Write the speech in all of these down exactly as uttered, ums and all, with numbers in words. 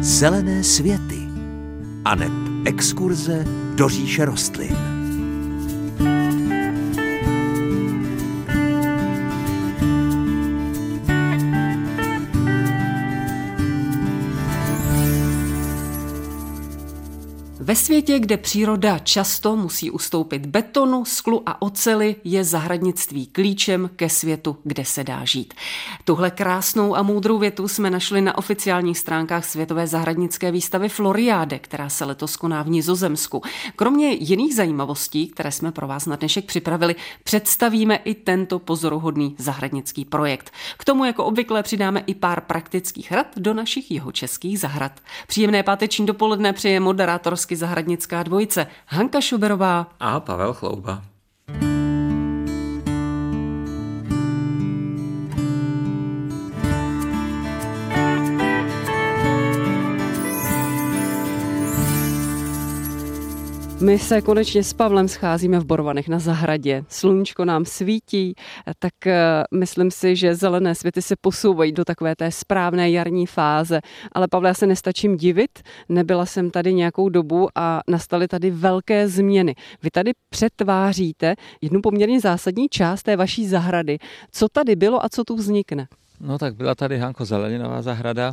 Zelené světy aneb exkurze do říše rostlin. Ve světě, kde příroda často musí ustoupit betonu, sklu a oceli, je zahradnictví klíčem ke světu, kde se dá žít. Tuhle krásnou a moudrou větu jsme našli na oficiálních stránkách Světové zahradnické výstavy Floriade, která se letos koná v Nizozemsku. Kromě jiných zajímavostí, které jsme pro vás na dnešek připravili, představíme i tento pozoruhodný zahradnický projekt. K tomu jako obvykle přidáme i pár praktických rad do našich jihočeských zahrad. Příjemné páteční dopoledne přeje moderátorsky zahradnická dvojice Hanka Šuberová a Pavel Chlouba. My se konečně s Pavlem scházíme v Borovanech na zahradě. Sluníčko nám svítí, tak myslím si, že zelené světy se posouvají do takové té správné jarní fáze. Ale Pavle, já se nestačím divit, nebyla jsem tady nějakou dobu a nastaly tady velké změny. Vy tady přetváříte jednu poměrně zásadní část té vaší zahrady. Co tady bylo a co tu vznikne? No tak byla tady, Hanko, zeleninová zahrada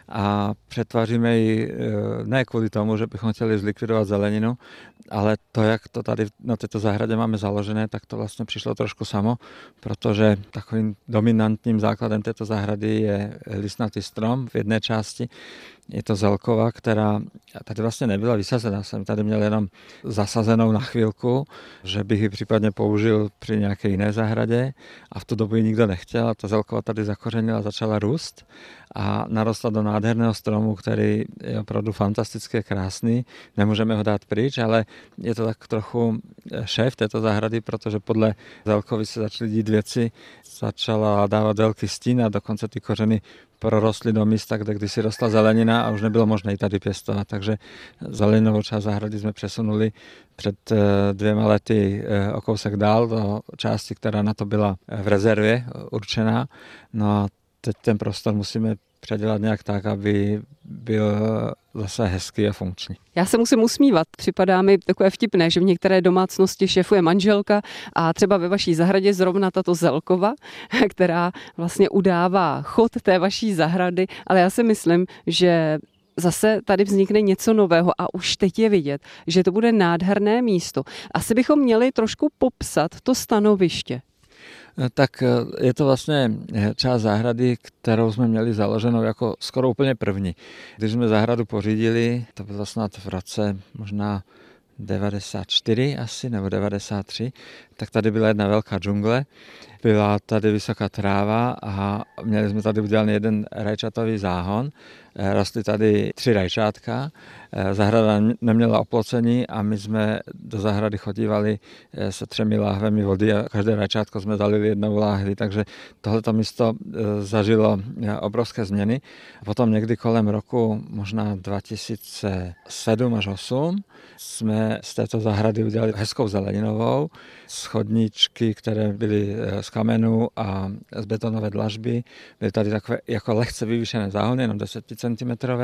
a přetváříme ji ne kvůli tomu, že bychom chtěli zlikvidovat zeleninu, ale to, jak to tady na této zahradě máme založené, tak to vlastně přišlo trošku samo, protože takovým dominantním základem této zahrady je listnatý strom v jedné části. Je to zelkova, která tady vlastně nebyla vysazená. Jsem tady měl jenom zasazenou na chvilku, že bych ji případně použil při nějaké jiné zahradě a v tu dobu ji nikdo nechtěl a ta zelkova tady zakořenila, začala růst a narostla do nádherného stromu, který je opravdu fantasticky krásný. Nemůžeme ho dát pryč, ale je to tak trochu šéf této zahrady, protože podle zelkovy se začaly dít věci, začala dávat velký stín a dokonce ty kořeny prorostly do místa, kde kdysi rostla zelenina a už nebylo možné ji tady pěstovat. Takže zeleninovou část zahrady jsme přesunuli před dvěma lety o kousek dál do části, která na to byla v rezervě určená. No a teď ten prostor musíme předělat nějak tak, aby byl zase hezký a funkční. Já se musím usmívat. Připadá mi takové vtipné, že v některé domácnosti šéfuje manželka a třeba ve vaší zahradě zrovna tato zelkova, která vlastně udává chod té vaší zahrady, ale já si myslím, že zase tady vznikne něco nového a už teď je vidět, že to bude nádherné místo. Asi bychom měli trošku popsat to stanoviště. Tak je to vlastně část zahrady, kterou jsme měli založenou jako skoro úplně první. Když jsme zahradu pořídili, to bylo snad v roce možná devadesát čtyři asi, nebo devadesát tři, tak tady byla jedna velká džungle, byla tady vysoká tráva a měli jsme tady udělaný jeden rajčatový záhon. Rostly tady tři rajčátka, zahrada neměla oplocení a my jsme do zahrady chodívali se třemi láhvemi vody a každé rajčátko jsme zalili jednou láhví, takže tohleto místo zažilo obrovské změny. A potom někdy kolem roku možná dva tisíce sedm až osm jsme z této zahrady udělali hezkou zeleninovou, schodníčky, které byly z kamenu a z betonové dlažby. Byly tady takové jako lehce vyvýšené záhony, jenom deset centimetrů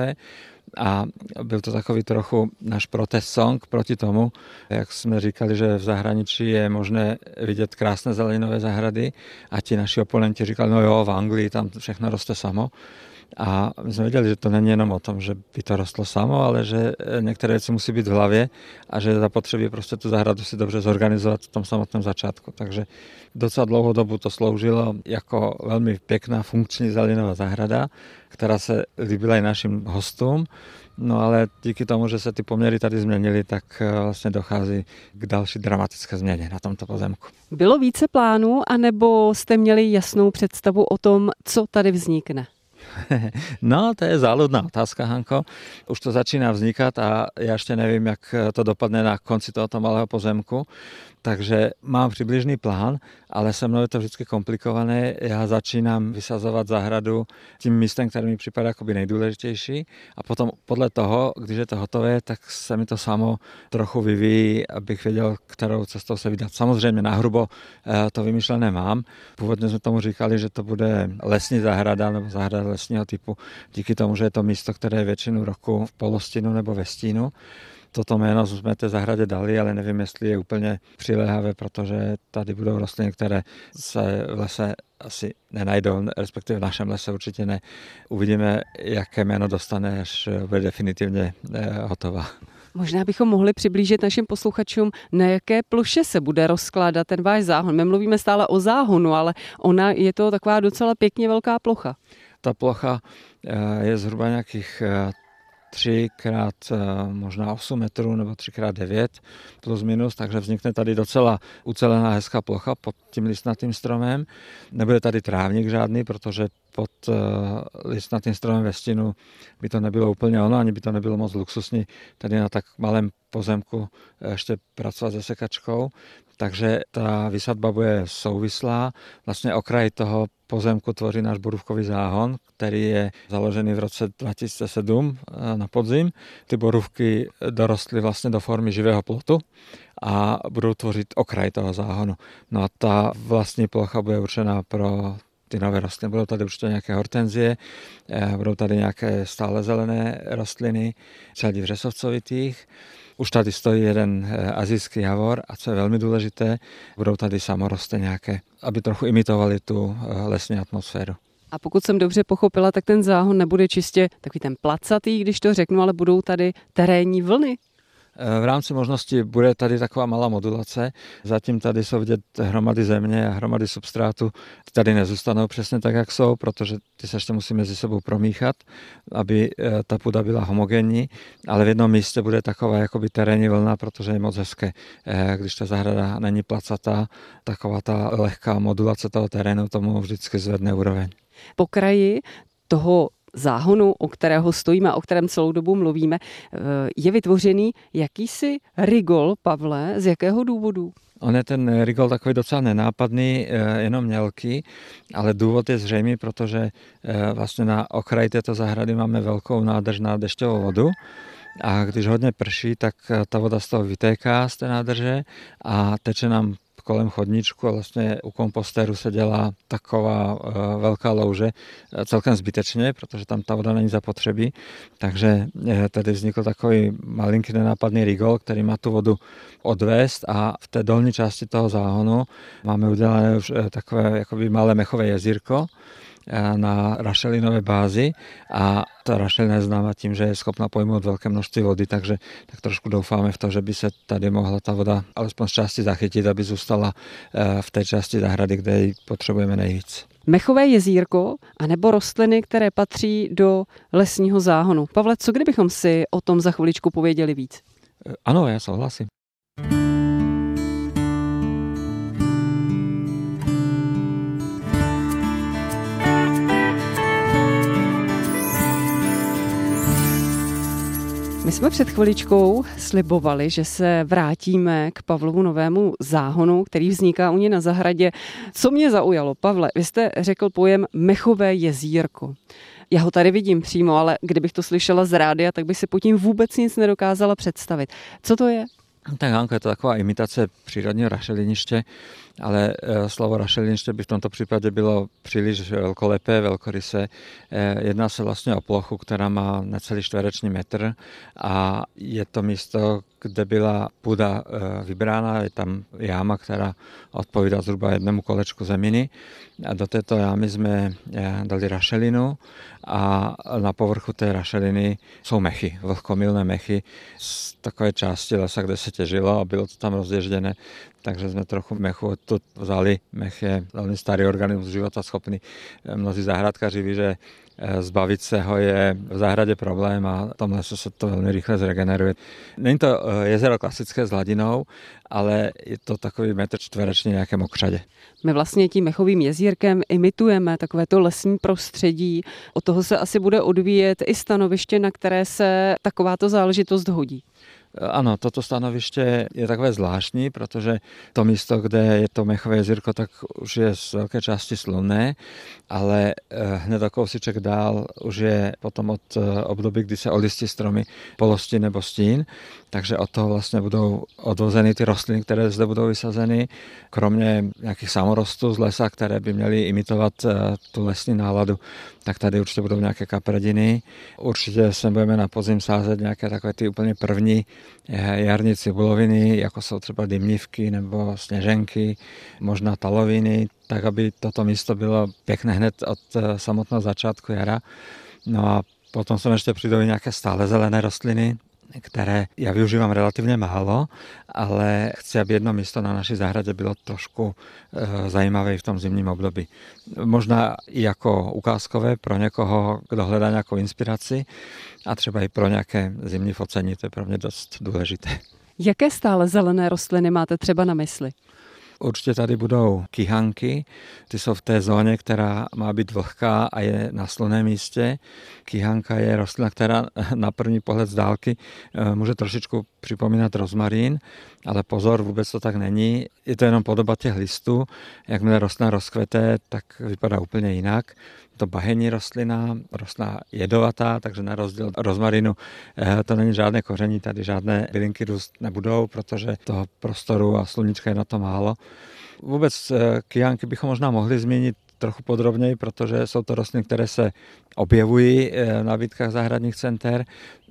a byl to takový trochu náš protest song proti tomu, jak jsme říkali, že v zahraničí je možné vidět krásné zeleninové zahrady a ti naši oponenti říkali, no jo, v Anglii tam všechno roste samo. A my jsme věděli, že to není jenom o tom, že by to rostlo samo, ale že některé věci musí být v hlavě a že zapotřebí prostě tu zahradu si dobře zorganizovat v tom samotném začátku. Takže docela dlouhou dobu to sloužilo jako velmi pěkná funkční zeleninová zahrada, která se líbila i našim hostům. No ale díky tomu, že se ty poměry tady změnily, tak vlastně dochází k další dramatické změně na tomto pozemku. Bylo více plánů, anebo jste měli jasnou představu o tom, co tady vznikne? No, to je záludná otázka, Hanko. Už to začíná vznikat a já ještě nevím, jak to dopadne na konci tohoto malého pozemku. Takže mám přibližný plán, ale se mnou je to vždycky komplikované. Já začínám vysazovat zahradu tím místem, které mi připadá jako by nejdůležitější a potom podle toho, když je to hotové, tak se mi to samo trochu vyvíjí, abych věděl, kterou cestou se vydat. Samozřejmě nahrubo to vymyšlené mám. Původně jsme tomu říkali, že to bude lesní zahrada nebo zahrada lesního typu, díky tomu, že je to místo, které je většinu roku v polostínu nebo ve stínu. Toto jméno jsme té zahradě dali, ale nevím, jestli je úplně přiléhavé, protože tady budou rostliny, které se v lese asi nenajdou, respektive v našem lese určitě ne. Uvidíme, jaké jméno dostane, až bude definitivně hotová. Možná bychom mohli přiblížit našim posluchačům, na jaké ploše se bude rozkládat ten váš záhon. My mluvíme stále o záhonu, ale ona je to taková docela pěkně velká plocha. Ta plocha je zhruba nějakých tři krát možná osm metrů nebo tři krát devět plus minus, takže vznikne tady docela ucelená hezká plocha pod tím listnatým stromem. Nebude tady trávník žádný, protože pod listnatým stromem ve stínu by to nebylo úplně ono, ani by to nebylo moc luxusní tady na tak malém pozemku ještě pracovat se sekačkou. Takže ta vysadba bude souvislá. Vlastně okraj toho pozemku tvoří náš borůvkový záhon, který je založený v roce dva tisíce sedm na podzim. Ty borůvky dorostly vlastně do formy živého plotu a budou tvořit okraj toho záhonu. No a ta vlastní plocha bude určená pro ty nové rostliny. Budou tady určitě nějaké hortenzie, budou tady nějaké stále zelené rostliny, řady vřesovcovitých. Už tady stojí jeden asijský javor a co je velmi důležité, budou tady samorosty nějaké, aby trochu imitovali tu lesní atmosféru. A pokud jsem dobře pochopila, tak ten záhon nebude čistě takový ten placatý, když to řeknu, ale budou tady terénní vlny. V rámci možnosti bude tady taková malá modulace. Zatím tady jsou vidět hromady země a hromady substrátu. Ty tady nezůstanou přesně tak, jak jsou, protože ty se ještě musí mezi sebou promíchat, aby ta půda byla homogenní, ale v jednom místě bude taková jakoby terénní vlna, protože je moc hezké. Když ta zahrada není placatá, taková ta lehká modulace toho terénu tomu vždycky zvedne úroveň. Po kraji toho záhonu, o kterého stojíme a o kterém celou dobu mluvíme, je vytvořený jakýsi rigol, Pavle, z jakého důvodu? On je ten rigol takový docela nenápadný, jenom mělký, ale důvod je zřejmý, protože vlastně na okraji této zahrady máme velkou nádrž na dešťovou vodu a když hodně prší, tak ta voda z toho vytéká z té nádrže a teče nám kolem chodníčku a vlastně u kompostéru se dělá taková uh, velká louže, celkem zbytečně, protože tam ta voda není zapotřebí. Takže je, tady vznikl takový malinký nenápadný rigol, který má tu vodu odvést a v té dolní části toho záhonu máme udělané už takové jakoby malé mechové jezírko na rašelinové bázi a ta rašelina je známa tím, že je schopna pojmout velké množství vody, takže tak trošku doufáme v to, že by se tady mohla ta voda alespoň z části zachytit, aby zůstala v té části zahrady, kde ji potřebujeme nejvíc. Mechové jezírko anebo rostliny, které patří do lesního záhonu. Pavle, co kdybychom si o tom za chviličku pověděli víc? Ano, já souhlasím. My jsme před chviličkou slibovali, že se vrátíme k Pavlovu novému záhonu, který vzniká u něj na zahradě. Co mě zaujalo, Pavle, vy jste řekl pojem mechové jezírko. Já ho tady vidím přímo, ale kdybych to slyšela z rádia, tak bych si pod tím vůbec nic nedokázala představit. Co to je? Tak Hanko, je to taková imitace přírodního rašeliniště, ale slovo rašeliniště by v tomto případě bylo příliš velkolepé, velkorysé. Jedná se vlastně o plochu, která má necelý čtvereční metr a je to místo, kde byla půda vybrána, je tam jáma, která odpovídá zhruba jednému kolečku zeminy. A do této jámy jsme dali rašelinu a na povrchu té rašeliny jsou mechy, vlhkomilné mechy z takové části lesa, kde se těžilo a bylo to tam rozježděné. Takže jsme trochu mechu odtud vzali. Mech je velmi starý organismus, životaschopný. Mnozí zahradkaři ví, že zbavit se ho je v zahradě problém a v tom lese se to velmi rychle zregeneruje. Není to jezero klasické s hladinou, ale je to takový metr čtvereční nějaké mokřadě. My vlastně tím mechovým jezírkem imitujeme takovéto lesní prostředí. Od toho se asi bude odvíjet i stanoviště, na které se takováto záležitost hodí. Ano, toto stanoviště je takové zvláštní, protože to místo, kde je to Mechové jezírko, tak už je z velké části slunné, ale hned o kousíček dál už je potom od období, kdy se olistí stromy polostín nebo stín, takže od toho vlastně budou odvozeny ty rostliny, které zde budou vysazeny, kromě nějakých samorostů z lesa, které by měly imitovat tu lesní náladu, tak tady určitě budou nějaké kaprdiny. Určitě se budeme na podzim sázet nějaké takové ty úplně první jarní cibuloviny, jako jsou třeba dymnívky nebo sněženky, možná taloviny, tak aby toto místo bylo pěkné hned od samotného začátku jara. No a potom som ešte pridali nějaké stále zelené rostliny, které já využívám relativně málo, ale chci, aby jedno místo na naší zahradě bylo trošku e, zajímavé v tom zimním období. Možná i jako ukázkové pro někoho, kdo hledá nějakou inspiraci a třeba i pro nějaké zimní focení, to je pro mě dost důležité. Jaké stále zelené rostliny máte třeba na mysli? Určitě tady budou kyhanky, ty jsou v té zóně, která má být vlhká a je na slunném místě. Kyhanka je rostlina, která na první pohled z dálky může trošičku připomínat rozmarín, ale pozor, vůbec to tak není. Je to jenom podoba těch listů. Jakmile rostlina rozkvete, tak vypadá úplně jinak. To bahenní rostlina, rostlina jedovatá, takže na rozdíl od rozmarinu to není žádné koření, tady žádné bylinky růst nebudou, protože toho prostoru a sluníčka je na to málo. Vůbec kyhanky bychom možná mohli zmínit trochu podrobněji, protože jsou to rostliny, které se objevují na výtkách zahradních center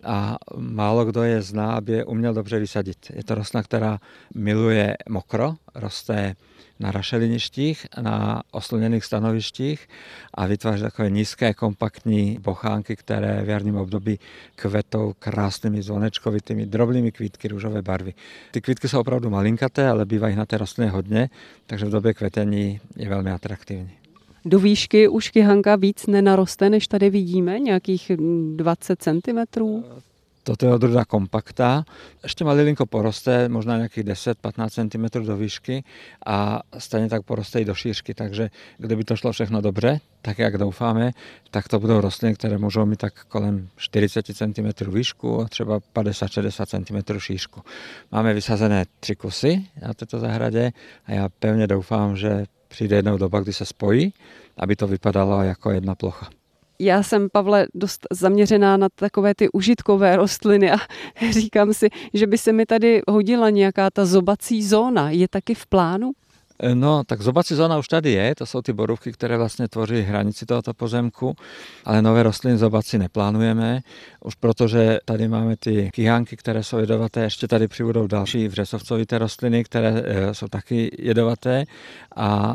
a málo kdo je zná, aby je uměl dobře vysadit. Je to rostlina, která miluje mokro, roste na rašeliništích, na oslněných stanovištích a vytváří takové nízké, kompaktní bochánky, které v jarním období kvetou krásnými zvonečkovitými, drobnými kvítky růžové barvy. Ty kvítky jsou opravdu malinkaté, ale bývají na té rostlině hodně, takže v době kvetení je velmi atraktivní. Do výšky už kyhanka víc nenaroste, než tady vidíme, nějakých dvacet centimetrů? Toto je odrůda kompakta, ještě malilinko poroste, možná nějakých deset až patnáct centimetrů do výšky a stejně tak poroste i do šířky, takže kdyby to šlo všechno dobře, tak jak doufáme, tak to budou rostliny, které můžou mít tak kolem čtyřicet centimetrů výšku a třeba padesát až šedesát centimetrů šířku. Máme vysazené tři kusy na této zahradě a já pevně doufám, že přijde jednou doba, kdy se spojí, aby to vypadalo jako jedna plocha. Já jsem, Pavle, dost zaměřená na takové ty užitkové rostliny a říkám si, že by se mi tady hodila nějaká ta zobací zóna. Je taky v plánu? No, tak zobací zóna už tady je, to jsou ty borůvky, které vlastně tvoří hranici tohoto pozemku, ale nové rostliny zobací neplánujeme, už protože tady máme ty kyhanky, které jsou jedovaté, ještě tady přibudou další vřesovcovité rostliny, které jsou taky jedovaté a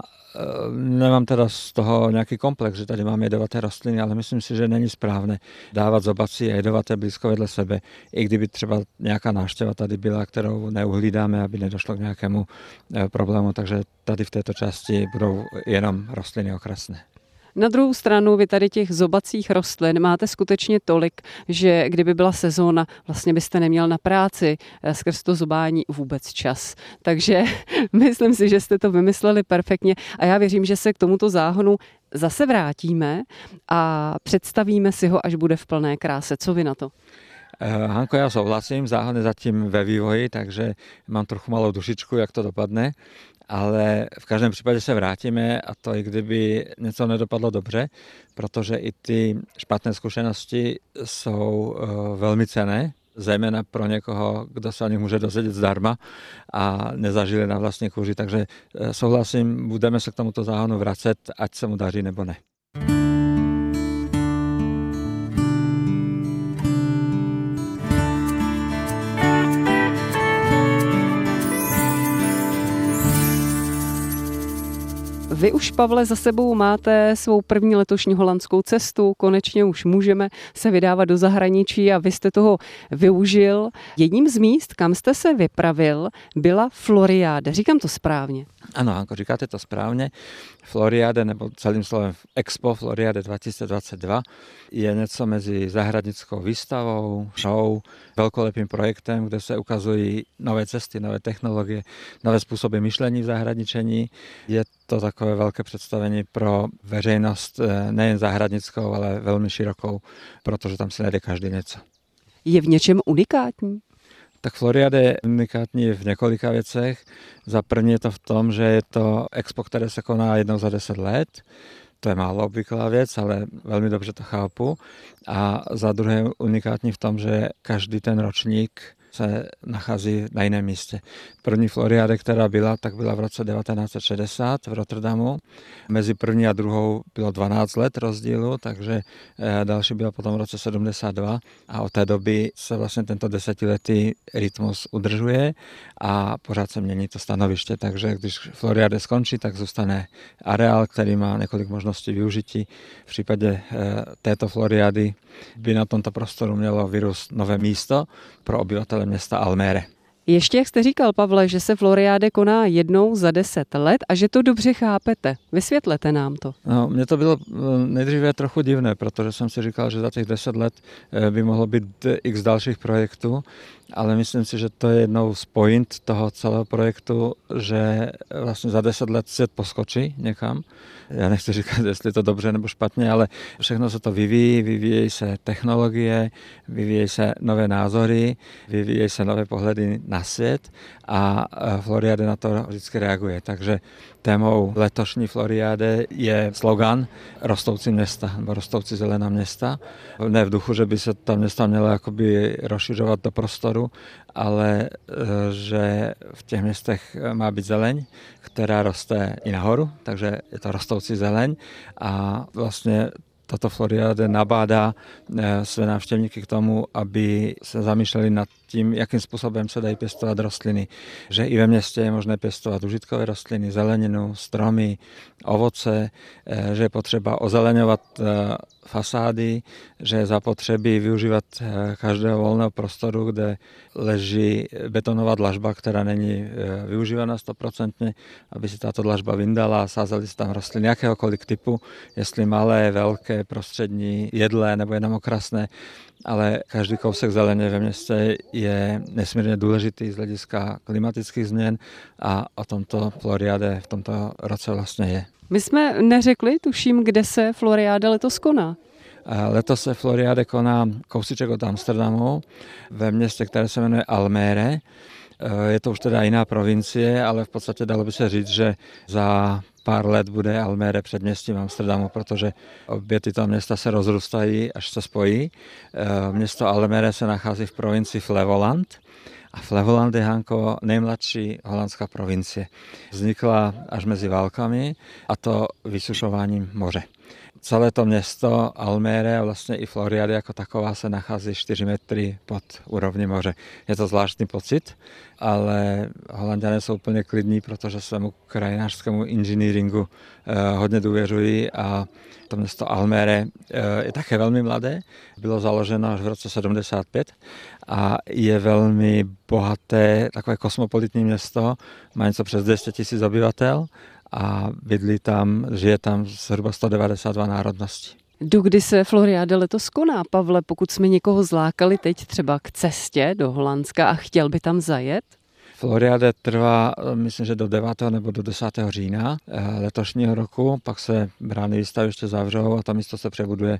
nemám teda z toho nějaký komplex, že tady máme jedovaté rostliny, ale myslím si, že není správné dávat zobací a jedovaté blízko vedle sebe, i kdyby třeba nějaká návštěva tady byla, kterou neuhlídáme, aby nedošlo k nějakému problému, takže tady v této části budou jenom rostliny okrasné. Na druhou stranu vy tady těch zobacích rostlin máte skutečně tolik, že kdyby byla sezóna, vlastně byste neměl na práci skrz to zobání vůbec čas. Takže myslím si, že jste to vymysleli perfektně a já věřím, že se k tomuto záhonu zase vrátíme a představíme si ho, až bude v plné kráse. Co vy na to? Hanko, já souhlasím, záhon je zatím ve vývoji, takže mám trochu malou dušičku, jak to dopadne, ale v každém případě se vrátíme a to i kdyby něco nedopadlo dobře, protože i ty špatné zkušenosti jsou velmi cenné, zejména pro někoho, kdo se o nich může dozvědět zdarma a nezažili na vlastní kůži, takže souhlasím, budeme se k tomuto záhonu vracet, ať se mu daří nebo ne. Vy už, Pavle, za sebou máte svou první letošní holandskou cestu, konečně už můžeme se vydávat do zahraničí a vy jste toho využil. Jedním z míst, kam jste se vypravil, byla Floriade. Říkám to správně? Ano, Hanko, říkáte to správně. Floriade, nebo celým slovem Expo Floriade dva tisíce dvacet dva, je něco mezi zahradnickou výstavou, show, velkolepým projektem, kde se ukazují nové cesty, nové technologie, nové způsoby myšlení v zahradničení. Je to takové velké představení pro veřejnost, nejen zahradnickou, ale velmi širokou, protože tam si najde každý něco. Je v něčem unikátní? Tak Florida je unikátní v několika věcech. Za první je to v tom, že je to expo, které se koná jednou za deset let. To je málo obvyklá věc, ale velmi dobře to chápu. A za druhé unikátní v tom, že každý ten ročník se nachází na jiném místě. První Floriáda, která byla, tak byla v roce devatenáct set šedesát v Rotterdamu. Mezi první a druhou bylo dvanáct let rozdílu, takže další byla potom v roce sedmdesát dva a od té doby se vlastně tento desetiletý rytmus udržuje a pořád se mění to stanoviště, takže když Floriáda skončí, tak zůstane areál, který má několik možností využití. V případě této Floriády by na tomto prostoru mělo vyrůst nové místo pro obyvatele města Almere. Ještě, jak jste říkal, Pavle, že se Floriáda koná jednou za deset let a že to dobře chápete. Vysvětlete nám to. No, mně to bylo nejdříve trochu divné, protože jsem si říkal, že za těch deset let by mohlo být x dalších projektů, ale myslím si, že to je jednou z point toho celého projektu, že vlastně za deset let svět poskočí někam. Já nechci říkat, jestli to dobře nebo špatně, ale všechno se to vyvíjí, vyvíjejí se technologie, vyvíjejí se nové názory, vyvíjejí se nové pohledy na svět a Floriáda na to vždycky reaguje. Takže témou letošní Floriády je slogan rostoucí města, nebo rostoucí zelená města. Ne v duchu, že by se ta města měla jakoby rozšiřovat do prostoru, ale že v těch městech má být zeleň, která roste i nahoru, takže je to rostoucí zeleň a vlastně tato Floriáda nabádá své návštěvníky k tomu, aby se zamýšleli nad tím, jakým způsobem se dají pěstovat rostliny. Že i ve městě je možné pěstovat užitkové rostliny, zeleninu, stromy, ovoce, že je potřeba ozeleňovat fasády, že je zapotřebí využívat každého volného prostoru, kde leží betonová dlažba, která není využívaná stoprocentně, aby si tato dlažba vyndala a sázeli se tam rostliny jakéhokoliv typu, jestli malé, velké, prostřední, jedlé nebo jenom okrasné, ale každý kousek zeleně ve městě je nesmírně důležitý z hlediska klimatických změn a o tomto Floriáda v tomto roce vlastně je. My jsme neřekli, tuším, kde se Floriáda letos koná. Letos se Floriáda koná kousíček od Amsterdamu ve městě, které se jmenuje Almere. Je to už teda jiná provincie, ale v podstatě dalo by se říct, že za pár let bude Almere předměstím Amsterdamu, protože obě tyto města se rozrůstají, až se spojí. Město Almere se nachází v provincii Flevoland a Flevoland je, Hanko, nejmladší holandská provincie. Vznikla až mezi válkami a to vysušováním moře. Celé to město Almere a vlastně i Floriáda jako taková se nachází čtyři metry pod úrovní moře. Je to zvláštní pocit, ale Holanďané jsou úplně klidní, protože svému krajinářskému inženýringu eh, hodně důvěřují a to město Almere eh, je také velmi mladé. Bylo založeno až v roce sedmdesát pět a je velmi bohaté, takové kosmopolitní město, má něco přes dvě stě tisíc obyvatel a bydlí tam, žije tam zhruba sto devadesát dva národností. Dokdy se Floriáda letos koná, Pavle, pokud jsme někoho zlákali teď třeba k cestě do Holandska a chtěl by tam zajet? Floriáda trvá, myslím, že do devátého nebo do desátého října letošního roku, pak se brány výstavy ještě zavřou a to místo se přebuduje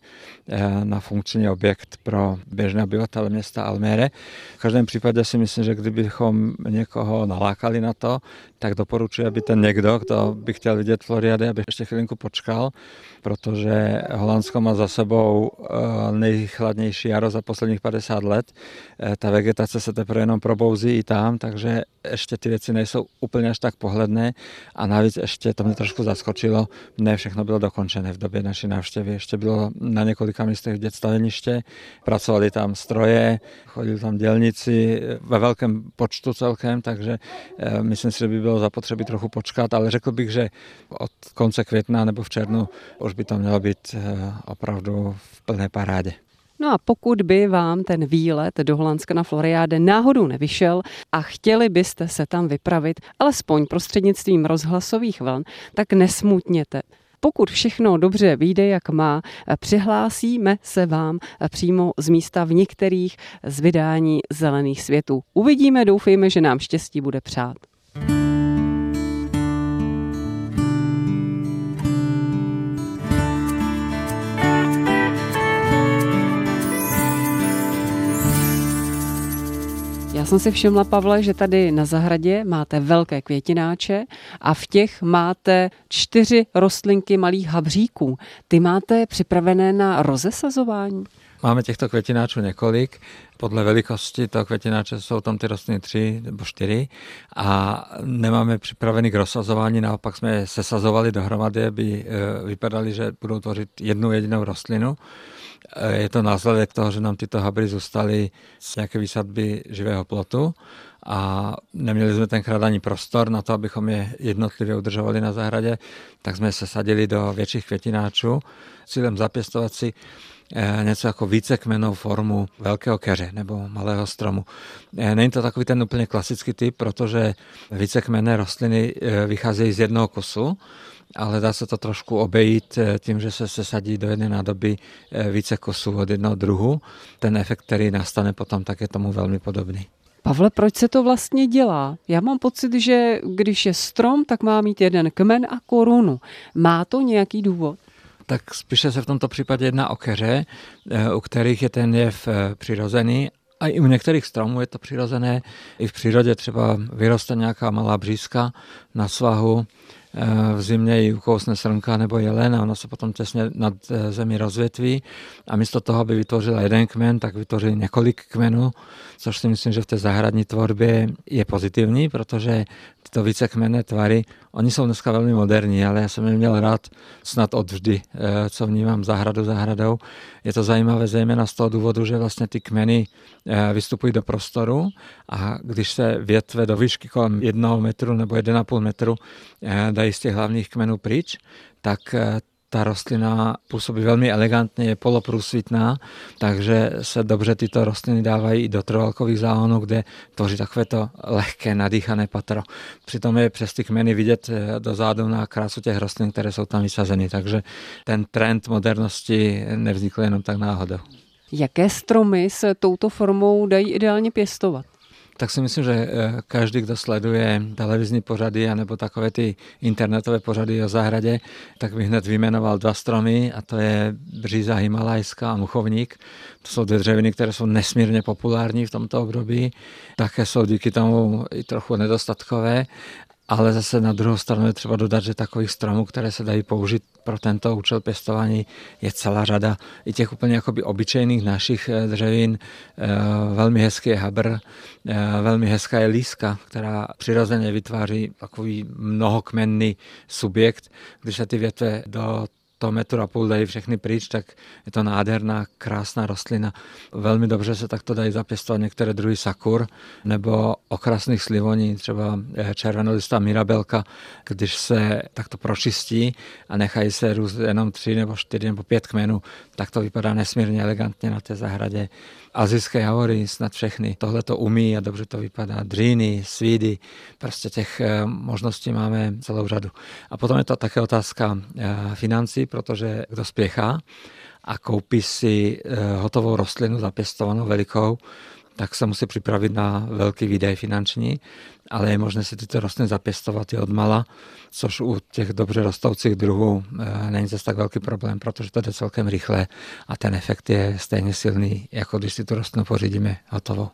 na funkční objekt pro běžné obyvatele města Almere. V každém případě si myslím, že kdybychom někoho nalákali na to, tak doporučuji, aby ten někdo, kdo by chtěl vidět Floriádu, aby ještě chvilinku počkal, protože Holandsko má za sebou nejchladnější jaro za posledních padesát let. Ta vegetace se teprve jenom probouzí i tam, takže ještě ty věci nejsou úplně až tak pohledné a navíc ještě to mě trošku zaskočilo, ne všechno bylo dokončené v době naší návštěvy. Ještě bylo na několika místech vidět staveniště, pracovali tam stroje, chodili tam dělníci ve velkém počtu celkem, takže myslím si, že by bylo zapotřebí trochu počkat, ale řekl bych, že od konce května nebo v červnu už by to mělo být opravdu v plné parádě. No a pokud by vám ten výlet do Holandska na Floriáde náhodou nevyšel a chtěli byste se tam vypravit, alespoň prostřednictvím rozhlasových vln, tak nesmutněte. Pokud všechno dobře vyjde, jak má, přihlásíme se vám přímo z místa v některých z vydání Zelených světů. Uvidíme, doufejme, že nám štěstí bude přát. Já jsem si všimla, Pavle, že tady na zahradě máte velké květináče a v těch máte čtyři rostlinky malých habříků. Ty máte připravené na rozesazování? Máme těchto květináčů několik. Podle velikosti toho květináče jsou tam ty rostliny tři nebo čtyři a nemáme připravený k rozsazování, naopak jsme je sesazovali dohromady, aby vypadaly, že budou tvořit jednu jedinou rostlinu. Je to následek toho, že nám tyto habry zůstaly z nějaké výsadby živého plotu a neměli jsme tenkrát ani prostor na to, abychom je jednotlivě udržovali na zahradě, tak jsme je sesadili do větších květináčů. Cílem zapěstovat si něco jako vícekmennou formu velkého keře nebo malého stromu. Není to takový ten úplně klasický typ, protože vícekmenné rostliny vycházejí z jednoho kusu, ale dá se to trošku obejít tím, že se sesadí do jedné nádoby více kusů od jednoho druhu. Ten efekt, který nastane potom, tak je tomu velmi podobný. Pavle, proč se to vlastně dělá? Já mám pocit, že když je strom, tak má mít jeden kmen a korunu. Má to nějaký důvod? Tak spíše se v tomto případě jedná o keře, u kterých je ten jev přirozený. A i u některých stromů je to přirozené. I v přírodě třeba vyroste nějaká malá břízka na svahu, v zimě ji ukousne srnka nebo jelen a ono se potom těsně nad zemi rozvětví a místo toho, aby vytvořila jeden kmen, tak vytvoří několik kmenů, což si myslím, že v té zahradní tvorbě je pozitivní, protože tyto vícekmenné tvary, oni jsou dneska velmi moderní, ale já jsem je měl rád snad od vždy, co vnímám zahradu zahradou. Je to zajímavé zejména z toho důvodu, že vlastně ty kmeny vystupují do prostoru a když se větve do výšky kolem jednoho metru nebo jeden a půl metru dají z těch hlavních kmenů pryč, tak ta rostlina působí velmi elegantně, je poloprůsvitná, takže se dobře tyto rostliny dávají i do trvalkových záhonů, kde tvoří takovéto lehké, nadýchané patro. Přitom je přes ty kmeny vidět dozadu na krásu těch rostlin, které jsou tam vysazeny, takže ten trend modernosti nevznikl jenom tak náhodou. Jaké stromy se touto formou dají ideálně pěstovat? Tak si myslím, že každý, kdo sleduje televizní pořady anebo takové ty internetové pořady o zahradě, tak bych hned vyjmenoval dva stromy a to je bříza himalajská a muchovník. To jsou dvě dřeviny, které jsou nesmírně populární v tomto období. Také jsou díky tomu i trochu nedostatkové. Ale zase na druhou stranu je třeba dodat, že takových stromů, které se dají použít pro tento účel pěstování, je celá řada. I těch úplně jakoby obyčejných našich dřevin. Velmi hezký je habr, velmi hezká je líska, která přirozeně vytváří takový mnohokmenný subjekt. Když se ty větve do toho metru a půl dají všechny pryč, tak je to nádherná, krásná rostlina. Velmi dobře se takto dají zapěstovat některé druhy sakur nebo okrasných slivoní, třeba červenolistá mirabelka, když se takto pročistí a nechají se růst jenom tři nebo čtyři nebo pět kmenů, tak to vypadá nesmírně elegantně na té zahradě. Asijské javory, snad všechny. Tohle to umí a dobře to vypadá. Dříny, svídy, prostě těch možností máme celou řadu. A potom je to také otázka financí, protože kdo spěchá a koupí si hotovou rostlinu zapěstovanou velikou, tak se musí připravit na velký výdaj finanční, ale je možné si tyto rostliny zapěstovat i odmala, což u těch dobře rostoucích druhů není zase tak velký problém, protože to jde celkem rychle a ten efekt je stejně silný, jako když si tu rostlinu pořídíme hotovou.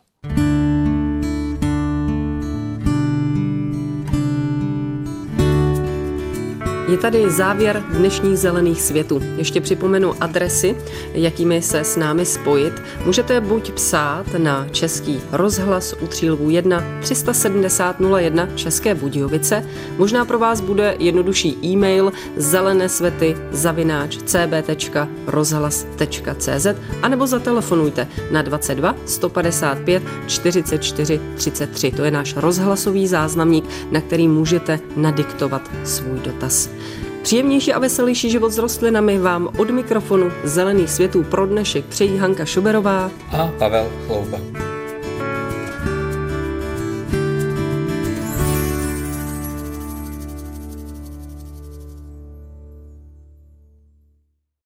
Je tady závěr dnešních zelených světů. Ještě připomenu adresy, jakými se s námi spojit. Můžete buď psát na Český rozhlas u Třílvů jedna tři sedmdesát nula jedna České Budějovice. Možná pro vás bude jednodušší e-mail zelenesvety zavináč c b tečka rozhlas tečka c z anebo zatelefonujte na dvacet dva sto padesát pět čtyřicet čtyři třicet tři. To je náš rozhlasový záznamník, na který můžete nadiktovat svůj dotaz. Příjemnější a veselější život s rostlinami vám od mikrofonu Zelených světů pro dnešek přejí Hanka Šuberová a Pavel Chlouba.